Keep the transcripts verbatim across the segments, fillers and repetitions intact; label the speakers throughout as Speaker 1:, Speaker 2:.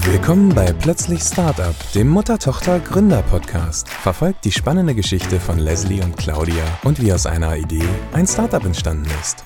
Speaker 1: Willkommen bei Plötzlich Startup, dem Mutter-Tochter-Gründer-Podcast. Verfolgt die spannende Geschichte von Leslie und Claudia und wie aus einer Idee ein Startup entstanden ist.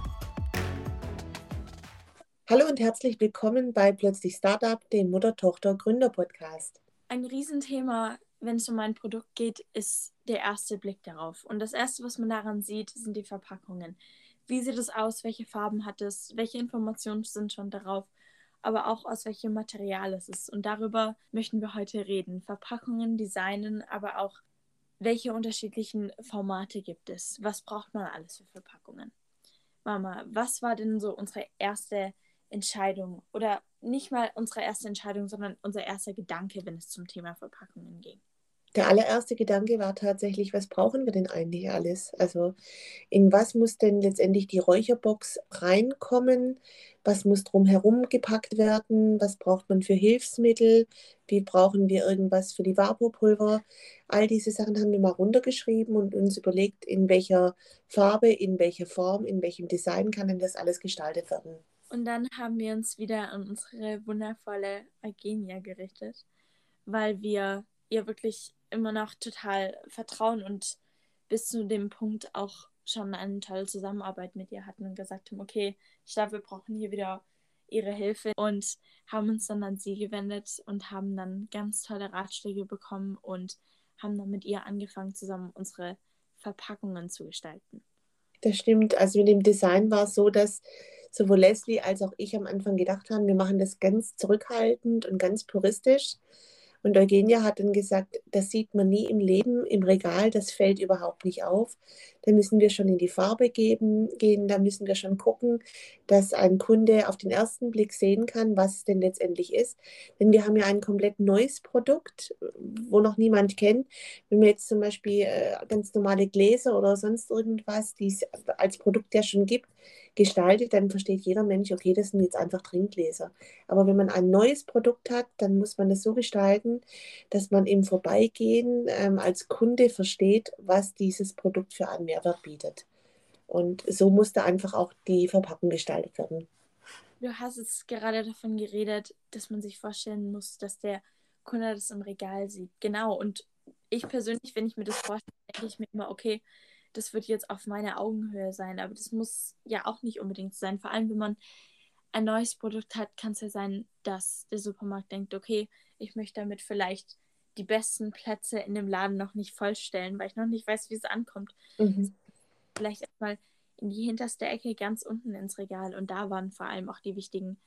Speaker 2: Hallo und herzlich willkommen bei Plötzlich Startup, dem Mutter-Tochter-Gründer-Podcast.
Speaker 3: Ein Riesenthema, wenn es um ein Produkt geht, ist der erste Blick darauf. Und das Erste, was man daran sieht, sind die Verpackungen. Wie sieht es aus? Welche Farben hat es? Welche Informationen sind schon darauf? Aber auch aus welchem Material es ist. Und darüber möchten wir heute reden. Verpackungen, Designen, aber auch welche unterschiedlichen Formate gibt es? Was braucht man alles für Verpackungen? Mama, was war denn so unsere erste Entscheidung? Oder nicht mal unsere erste Entscheidung, sondern unser erster Gedanke, wenn es zum Thema Verpackungen ging?
Speaker 2: Der allererste Gedanke war tatsächlich, was brauchen wir denn eigentlich alles? Also in was muss denn letztendlich die Räucherbox reinkommen? Was muss drumherum gepackt werden? Was braucht man für Hilfsmittel? Wie brauchen wir irgendwas für die Vaporpulver? All diese Sachen haben wir mal runtergeschrieben und uns überlegt, in welcher Farbe, in welcher Form, in welchem Design kann denn das alles gestaltet werden.
Speaker 3: Und dann haben wir uns wieder an unsere wundervolle Eugenia gerichtet, weil wir ihr wirklich immer noch total vertrauen und bis zu dem Punkt auch schon eine tolle Zusammenarbeit mit ihr hatten und gesagt haben, okay, ich glaube, wir brauchen hier wieder ihre Hilfe und haben uns dann an sie gewendet und haben dann ganz tolle Ratschläge bekommen und haben dann mit ihr angefangen, zusammen unsere Verpackungen zu gestalten.
Speaker 2: Das stimmt. Also mit dem Design war es so, dass sowohl Leslie als auch ich am Anfang gedacht haben, wir machen das ganz zurückhaltend und ganz puristisch. Und Eugenia hat dann gesagt, das sieht man nie im Leben, im Regal, das fällt überhaupt nicht auf. Da müssen wir schon in die Farbe geben, gehen, da müssen wir schon gucken, dass ein Kunde auf den ersten Blick sehen kann, was es denn letztendlich ist. Denn wir haben ja ein komplett neues Produkt, wo noch niemand kennt. Wenn wir jetzt zum Beispiel äh, ganz normale Gläser oder sonst irgendwas, die es als Produkt ja schon gibt, gestaltet, dann versteht jeder Mensch, okay, das sind jetzt einfach Trinkgläser. Aber wenn man ein neues Produkt hat, dann muss man das so gestalten, dass man im Vorbeigehen ähm, als Kunde versteht, was dieses Produkt für einen Mehrwert bietet. Und so musste einfach auch die Verpackung gestaltet werden.
Speaker 3: Du hast jetzt gerade davon geredet, dass man sich vorstellen muss, dass der Kunde das im Regal sieht. Genau, und ich persönlich, wenn ich mir das vorstelle, denke ich mir immer, okay, das wird jetzt auf meiner Augenhöhe sein, aber das muss ja auch nicht unbedingt sein. Vor allem, wenn man ein neues Produkt hat, kann es ja sein, dass der Supermarkt denkt, okay, ich möchte damit vielleicht die besten Plätze in dem Laden noch nicht vollstellen, weil ich noch nicht weiß, wie es ankommt.
Speaker 2: Mhm.
Speaker 3: Vielleicht erstmal in die hinterste Ecke ganz unten ins Regal und da waren vor allem auch die wichtigen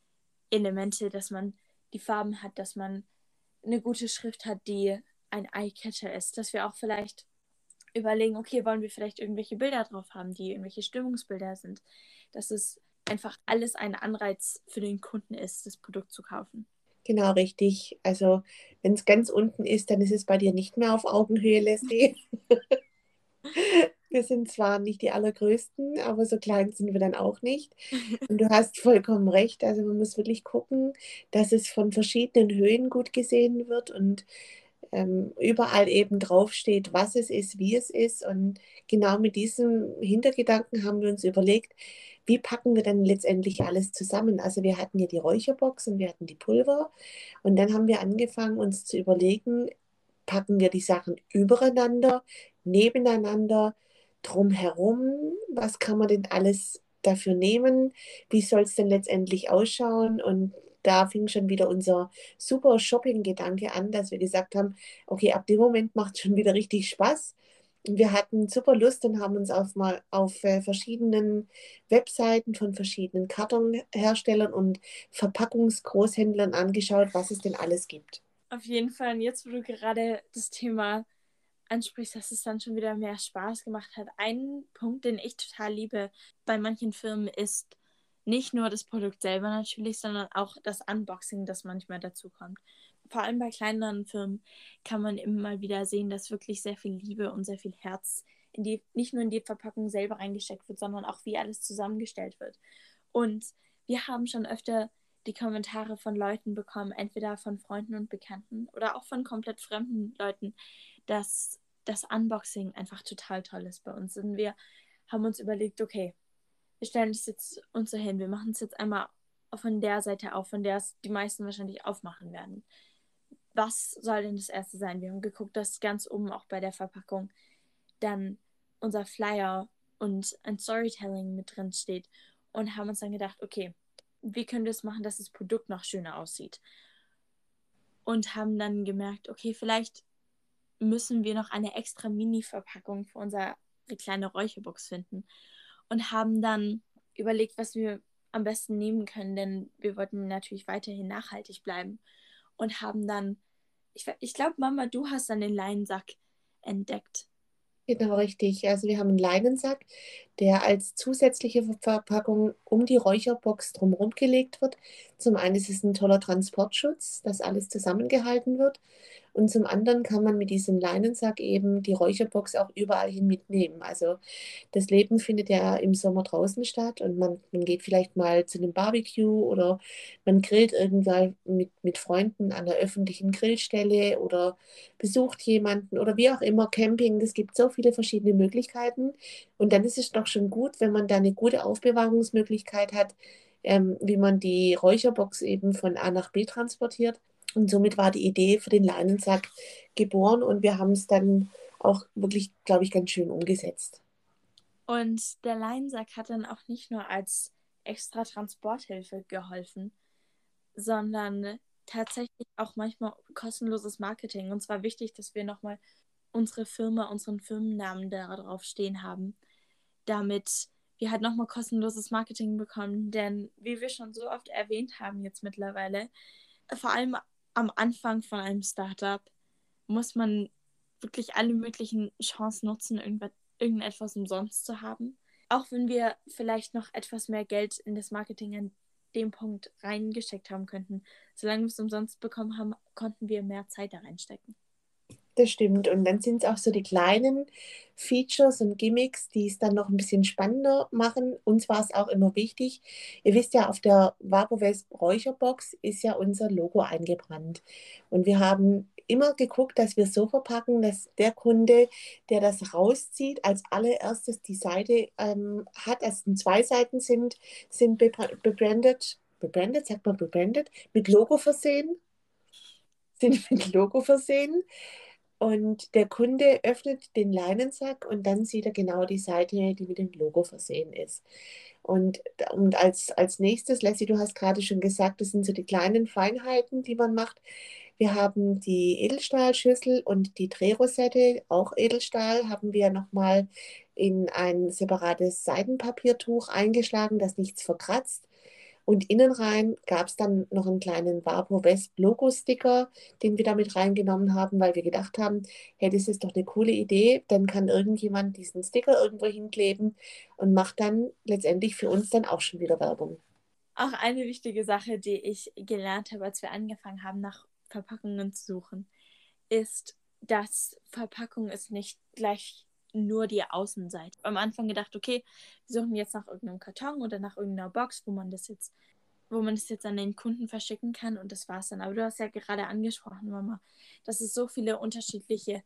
Speaker 3: Elemente, dass man die Farben hat, dass man eine gute Schrift hat, die ein Eye-Catcher ist, dass wir auch vielleicht überlegen, okay, wollen wir vielleicht irgendwelche Bilder drauf haben, die irgendwelche Stimmungsbilder sind, dass es einfach alles ein Anreiz für den Kunden ist, das Produkt zu kaufen.
Speaker 2: Genau, richtig. Also wenn es ganz unten ist, dann ist es bei dir nicht mehr auf Augenhöhe, Leslie. Wir sind zwar nicht die allergrößten, aber so klein sind wir dann auch nicht. Und du hast vollkommen recht. Also man muss wirklich gucken, dass es von verschiedenen Höhen gut gesehen wird und ähm, überall eben draufsteht, was es ist, wie es ist. Und genau mit diesem Hintergedanken haben wir uns überlegt, wie packen wir denn letztendlich alles zusammen? Also wir hatten ja die Räucherbox und wir hatten die Pulver. Und dann haben wir angefangen, uns zu überlegen, packen wir die Sachen übereinander, nebeneinander, drumherum? Was kann man denn alles dafür nehmen? Wie soll es denn letztendlich ausschauen? Und da fing schon wieder unser super Shopping-Gedanke an, dass wir gesagt haben, okay, ab dem Moment macht es schon wieder richtig Spaß. Und wir hatten super Lust und haben uns auf, mal auf äh, verschiedenen Webseiten von verschiedenen Kartonherstellern und Verpackungsgroßhändlern angeschaut, was es denn alles gibt.
Speaker 3: Auf jeden Fall, und jetzt, wo du gerade das Thema ansprichst, dass es dann schon wieder mehr Spaß gemacht hat. Ein Punkt, den ich total liebe bei manchen Firmen, ist nicht nur das Produkt selber natürlich, sondern auch das Unboxing, das manchmal dazu kommt. Vor allem bei kleineren Firmen kann man immer mal wieder sehen, dass wirklich sehr viel Liebe und sehr viel Herz in die, nicht nur in die Verpackung selber reingesteckt wird, sondern auch wie alles zusammengestellt wird. Und wir haben schon öfter die Kommentare von Leuten bekommen, entweder von Freunden und Bekannten oder auch von komplett fremden Leuten, dass das Unboxing einfach total toll ist bei uns. Und wir haben uns überlegt, okay, wir stellen das jetzt uns so hin, wir machen es jetzt einmal von der Seite auf, von der es die meisten wahrscheinlich aufmachen werden. Was soll denn das erste sein? Wir haben geguckt, dass ganz oben auch bei der Verpackung dann unser Flyer und ein Storytelling mit drin steht und haben uns dann gedacht, okay, wie können wir es machen, dass das Produkt noch schöner aussieht? Und haben dann gemerkt, okay, vielleicht müssen wir noch eine extra Mini-Verpackung für unsere kleine Räucherbox finden und haben dann überlegt, was wir am besten nehmen können, denn wir wollten natürlich weiterhin nachhaltig bleiben und haben dann, ich, ich glaube, Mama, du hast dann den Leinensack entdeckt.
Speaker 2: Genau, richtig. Also wir haben einen Leinensack, der als zusätzliche Verpackung um die Räucherbox drumherum gelegt wird. Zum einen ist es ein toller Transportschutz, dass alles zusammengehalten wird. Und zum anderen kann man mit diesem Leinensack eben die Räucherbox auch überall hin mitnehmen. Also das Leben findet ja im Sommer draußen statt und man, man geht vielleicht mal zu einem Barbecue oder man grillt irgendwann mit, mit Freunden an der öffentlichen Grillstelle oder besucht jemanden oder wie auch immer, Camping. Es gibt so viele verschiedene Möglichkeiten. Und dann ist es doch schon gut, wenn man da eine gute Aufbewahrungsmöglichkeit hat, ähm, wie man die Räucherbox eben von A nach B transportiert. Und somit war die Idee für den Leinensack geboren und wir haben es dann auch wirklich, glaube ich, ganz schön umgesetzt.
Speaker 3: Und der Leinensack hat dann auch nicht nur als extra Transporthilfe geholfen, sondern tatsächlich auch manchmal kostenloses Marketing. Und zwar wichtig, dass wir nochmal unsere Firma, unseren Firmennamen darauf stehen haben, damit wir halt nochmal kostenloses Marketing bekommen. Denn wie wir schon so oft erwähnt haben jetzt mittlerweile, vor allem am Anfang von einem Startup muss man wirklich alle möglichen Chancen nutzen, irgendetwas umsonst zu haben. Auch wenn wir vielleicht noch etwas mehr Geld in das Marketing an dem Punkt reingesteckt haben könnten. Solange wir es umsonst bekommen haben, konnten wir mehr Zeit da reinstecken.
Speaker 2: Das stimmt. Und dann sind es auch so die kleinen Features und Gimmicks, die es dann noch ein bisschen spannender machen. Uns war es auch immer wichtig. Ihr wisst ja, auf der Vaporwave Räucherbox ist ja unser Logo eingebrannt. Und wir haben immer geguckt, dass wir es so verpacken, dass der Kunde, der das rauszieht, als allererstes die Seite ähm, hat, also zwei Seiten sind, sind bebrandet, bebrandet, sagt man bebrandet, mit Logo versehen, sind mit Logo versehen. Und der Kunde öffnet den Leinensack und dann sieht er genau die Seite, die mit dem Logo versehen ist. Und, und als, als nächstes, Leslie, du hast gerade schon gesagt, das sind so die kleinen Feinheiten, die man macht. Wir haben die Edelstahlschüssel und die Drehrosette, auch Edelstahl, haben wir nochmal in ein separates Seidenpapiertuch eingeschlagen, das nichts verkratzt. Und innen rein gab es dann noch einen kleinen Vaporwave Logo-Sticker, den wir damit reingenommen haben, weil wir gedacht haben, hey, das ist doch eine coole Idee. Dann kann irgendjemand diesen Sticker irgendwo hinkleben und macht dann letztendlich für uns dann auch schon wieder Werbung.
Speaker 3: Auch eine wichtige Sache, die ich gelernt habe, als wir angefangen haben, nach Verpackungen zu suchen, ist, dass Verpackung ist nicht gleich nur die Außenseite. Am Anfang gedacht, okay, wir suchen jetzt nach irgendeinem Karton oder nach irgendeiner Box, wo man das jetzt, wo man das jetzt an den Kunden verschicken kann und das war's dann. Aber du hast ja gerade angesprochen, Mama, dass es so viele unterschiedliche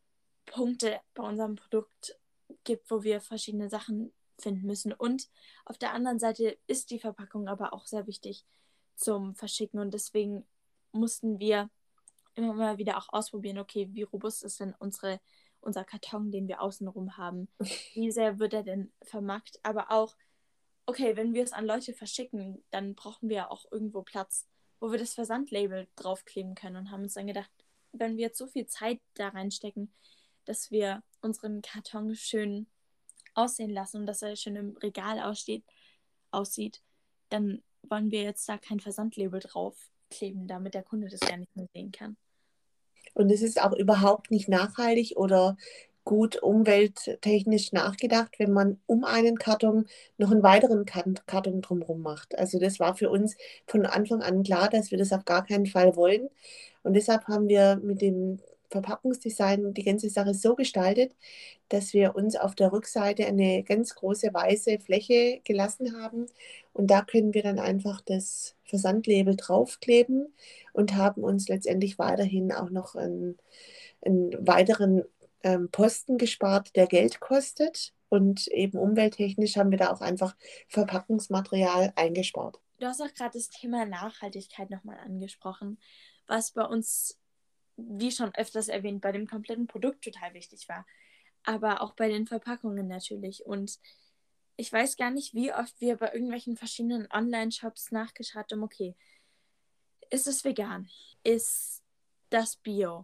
Speaker 3: Punkte bei unserem Produkt gibt, wo wir verschiedene Sachen finden müssen. Und auf der anderen Seite ist die Verpackung aber auch sehr wichtig zum Verschicken und deswegen mussten wir immer mal wieder auch ausprobieren, okay, wie robust ist denn unsere unser Karton, den wir außenrum haben. Wie sehr wird er denn vermarktet? Aber auch, okay, wenn wir es an Leute verschicken, dann brauchen wir auch irgendwo Platz, wo wir das Versandlabel draufkleben können und haben uns dann gedacht, wenn wir jetzt so viel Zeit da reinstecken, dass wir unseren Karton schön aussehen lassen und dass er schön im Regal aussteht, aussieht, dann wollen wir jetzt da kein Versandlabel draufkleben, damit der Kunde das gar nicht mehr sehen kann.
Speaker 2: Und es ist auch überhaupt nicht nachhaltig oder gut umwelttechnisch nachgedacht, wenn man um einen Karton noch einen weiteren Karton drumherum macht. Also das war für uns von Anfang an klar, dass wir das auf gar keinen Fall wollen. Und deshalb haben wir mit dem Verpackungsdesign die ganze Sache so gestaltet, dass wir uns auf der Rückseite eine ganz große weiße Fläche gelassen haben. Und da können wir dann einfach das Versandlabel draufkleben und haben uns letztendlich weiterhin auch noch einen, einen weiteren ähm, Posten gespart, der Geld kostet. Und eben umwelttechnisch haben wir da auch einfach Verpackungsmaterial eingespart.
Speaker 3: Du hast auch gerade das Thema Nachhaltigkeit nochmal angesprochen, was bei uns, wie schon öfters erwähnt, bei dem kompletten Produkt total wichtig war. Aber auch bei den Verpackungen natürlich. Und ich weiß gar nicht, wie oft wir bei irgendwelchen verschiedenen Online-Shops nachgeschaut haben, okay, ist es vegan? Ist das Bio?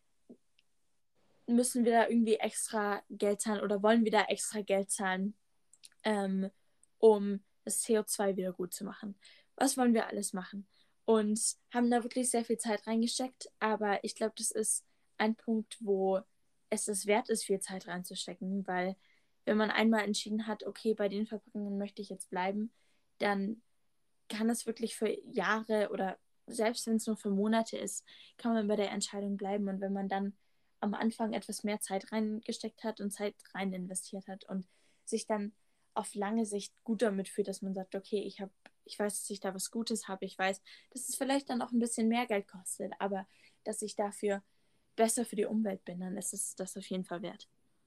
Speaker 3: Müssen wir da irgendwie extra Geld zahlen oder wollen wir da extra Geld zahlen, ähm, um das C O zwei wieder gut zu machen? Was wollen wir alles machen? Und haben da wirklich sehr viel Zeit reingesteckt, aber ich glaube, das ist ein Punkt, wo es es wert ist, viel Zeit reinzustecken, weil wenn man einmal entschieden hat, okay, bei den Verpackungen möchte ich jetzt bleiben, dann kann es wirklich für Jahre oder selbst wenn es nur für Monate ist, kann man bei der Entscheidung bleiben. Und wenn man dann am Anfang etwas mehr Zeit reingesteckt hat und Zeit rein investiert hat und sich dann auf lange Sicht gut damit fühlt, dass man sagt, okay, ich habe, ich weiß, dass ich da was Gutes habe, ich weiß, dass es vielleicht dann auch ein bisschen mehr Geld kostet, aber dass ich dafür besser für die Umwelt bin, dann ist es das auf jeden Fall wert.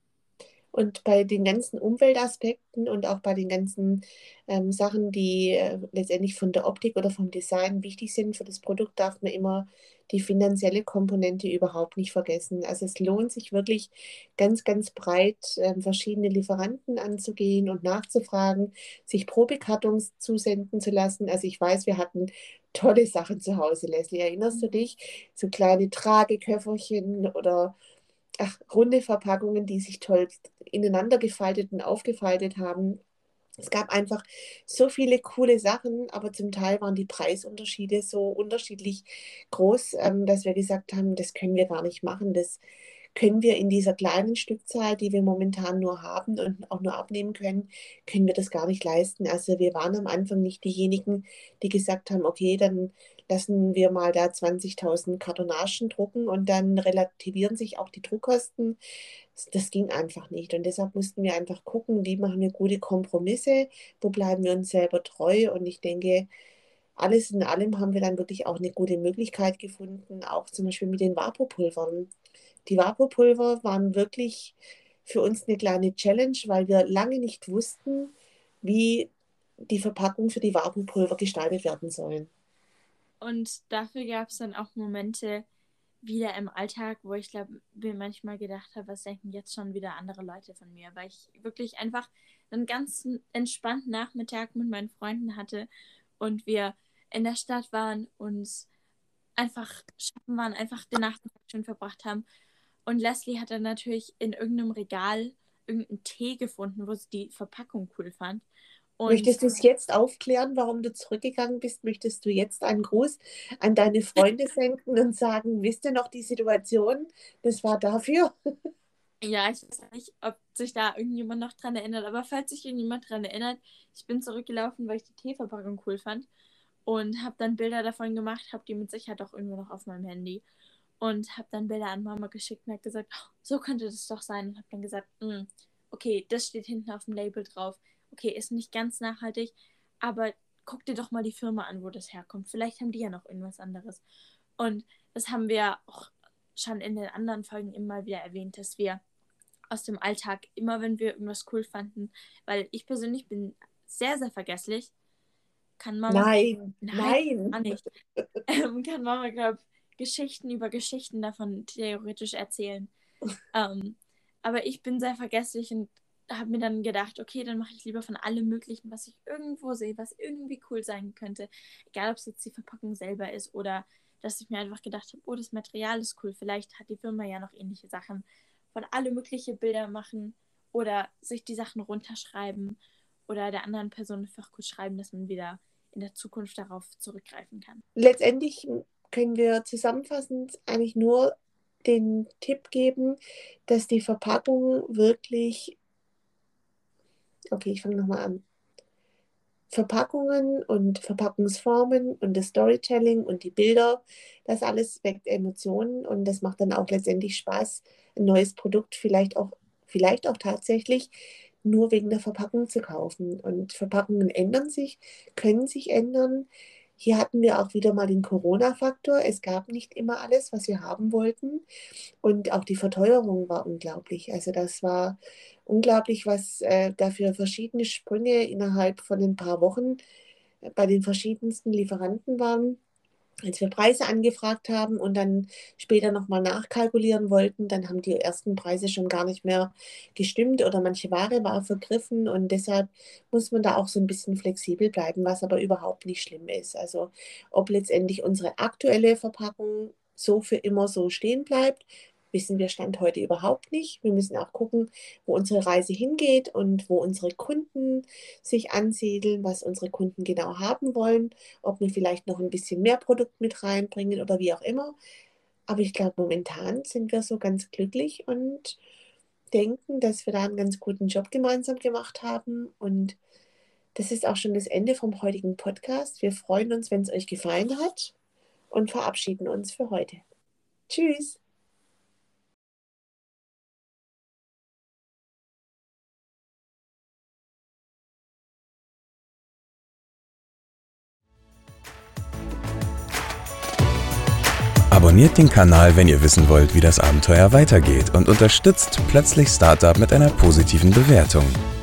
Speaker 2: Und bei den ganzen Umweltaspekten und auch bei den ganzen ähm, Sachen, die äh, letztendlich von der Optik oder vom Design wichtig sind für das Produkt, darf man immer die finanzielle Komponente überhaupt nicht vergessen. Also es lohnt sich wirklich ganz, ganz breit ähm, verschiedene Lieferanten anzugehen und nachzufragen, sich Probekartons zusenden zu lassen. Also ich weiß, wir hatten tolle Sachen zu Hause, Leslie. Erinnerst du dich? So kleine Trageköfferchen oder ach, runde Verpackungen, die sich toll ineinander gefaltet und aufgefaltet haben. Es gab einfach so viele coole Sachen, aber zum Teil waren die Preisunterschiede so unterschiedlich groß, ähm, dass wir gesagt haben, das können wir gar nicht machen. Das können wir in dieser kleinen Stückzahl, die wir momentan nur haben und auch nur abnehmen können, können wir das gar nicht leisten. Also wir waren am Anfang nicht diejenigen, die gesagt haben, okay, dann lassen wir mal da zwanzigtausend Kartonagen drucken und dann relativieren sich auch die Druckkosten. Das ging einfach nicht. Und deshalb mussten wir einfach gucken, wie machen wir gute Kompromisse, wo bleiben wir uns selber treu. Und ich denke, alles in allem haben wir dann wirklich auch eine gute Möglichkeit gefunden, auch zum Beispiel mit den Vapopulvern. Die Vapopulver waren wirklich für uns eine kleine Challenge, weil wir lange nicht wussten, wie die Verpackung für die Vapopulver gestaltet werden sollen.
Speaker 3: Und dafür gab es dann auch Momente wieder im Alltag, wo ich glaube, mir manchmal gedacht habe, was denken jetzt schon wieder andere Leute von mir, weil ich wirklich einfach einen ganz entspannten Nachmittag mit meinen Freunden hatte und wir in der Stadt waren und einfach shoppen waren, einfach den Nachmittag schön verbracht haben. Und Leslie hat dann natürlich in irgendeinem Regal irgendeinen Tee gefunden, wo sie die Verpackung cool fand. Und
Speaker 2: möchtest du es jetzt aufklären, warum du zurückgegangen bist? Möchtest du jetzt einen Gruß an deine Freunde senden und sagen, wisst ihr noch die Situation? Das war dafür.
Speaker 3: Ja, ich weiß nicht, ob sich da irgendjemand noch dran erinnert, aber falls sich irgendjemand dran erinnert, ich bin zurückgelaufen, weil ich die Teeverpackung cool fand und habe dann Bilder davon gemacht, habe die mit Sicherheit auch irgendwo noch auf meinem Handy und habe dann Bilder an Mama geschickt und habe gesagt, oh, so könnte das doch sein und habe dann gesagt, okay, das steht hinten auf dem Label drauf, okay, ist nicht ganz nachhaltig, aber guck dir doch mal die Firma an, wo das herkommt, vielleicht haben die ja noch irgendwas anderes. Und das haben wir auch schon in den anderen Folgen immer wieder erwähnt, dass wir aus dem Alltag, immer wenn wir irgendwas cool fanden, weil ich persönlich bin sehr, sehr vergesslich, kann Mama...
Speaker 2: Nein,
Speaker 3: Nein,
Speaker 2: nein.
Speaker 3: gar nicht. Ähm, kann Mama, glaube ich, Geschichten über Geschichten davon theoretisch erzählen. ähm, aber ich bin sehr vergesslich und habe mir dann gedacht, okay, dann mache ich lieber von allem Möglichen, was ich irgendwo sehe, was irgendwie cool sein könnte. Egal, ob es jetzt die Verpackung selber ist oder dass ich mir einfach gedacht habe, oh, das Material ist cool, vielleicht hat die Firma ja noch ähnliche Sachen. Von alle mögliche Bilder machen oder sich die Sachen runterschreiben oder der anderen Person einfach kurz schreiben, dass man wieder in der Zukunft darauf zurückgreifen kann.
Speaker 2: Letztendlich können wir zusammenfassend eigentlich nur den Tipp geben, dass die Verpackung wirklich, okay, ich fange nochmal an. Verpackungen und Verpackungsformen und das Storytelling und die Bilder, das alles weckt Emotionen und das macht dann auch letztendlich Spaß, ein neues Produkt vielleicht auch, vielleicht auch tatsächlich nur wegen der Verpackung zu kaufen. Und Verpackungen ändern sich, können sich ändern. Hier hatten wir auch wieder mal den Corona-Faktor. Es gab nicht immer alles, was wir haben wollten. Und auch die Verteuerung war unglaublich. Also das war unglaublich, was äh, da für verschiedene Sprünge innerhalb von ein paar Wochen bei den verschiedensten Lieferanten waren. Als wir Preise angefragt haben und dann später nochmal nachkalkulieren wollten, dann haben die ersten Preise schon gar nicht mehr gestimmt oder manche Ware war vergriffen und deshalb muss man da auch so ein bisschen flexibel bleiben, was aber überhaupt nicht schlimm ist. Also ob letztendlich unsere aktuelle Verpackung so für immer so stehen bleibt, wissen wir Stand heute überhaupt nicht. Wir müssen auch gucken, wo unsere Reise hingeht und wo unsere Kunden sich ansiedeln, was unsere Kunden genau haben wollen, ob wir vielleicht noch ein bisschen mehr Produkt mit reinbringen oder wie auch immer. Aber ich glaube, momentan sind wir so ganz glücklich und denken, dass wir da einen ganz guten Job gemeinsam gemacht haben. Und das ist auch schon das Ende vom heutigen Podcast. Wir freuen uns, wenn es euch gefallen hat und verabschieden uns für heute. Tschüss!
Speaker 1: Abonniert den Kanal, wenn ihr wissen wollt, wie das Abenteuer weitergeht und unterstützt Plötzlich Startup mit einer positiven Bewertung.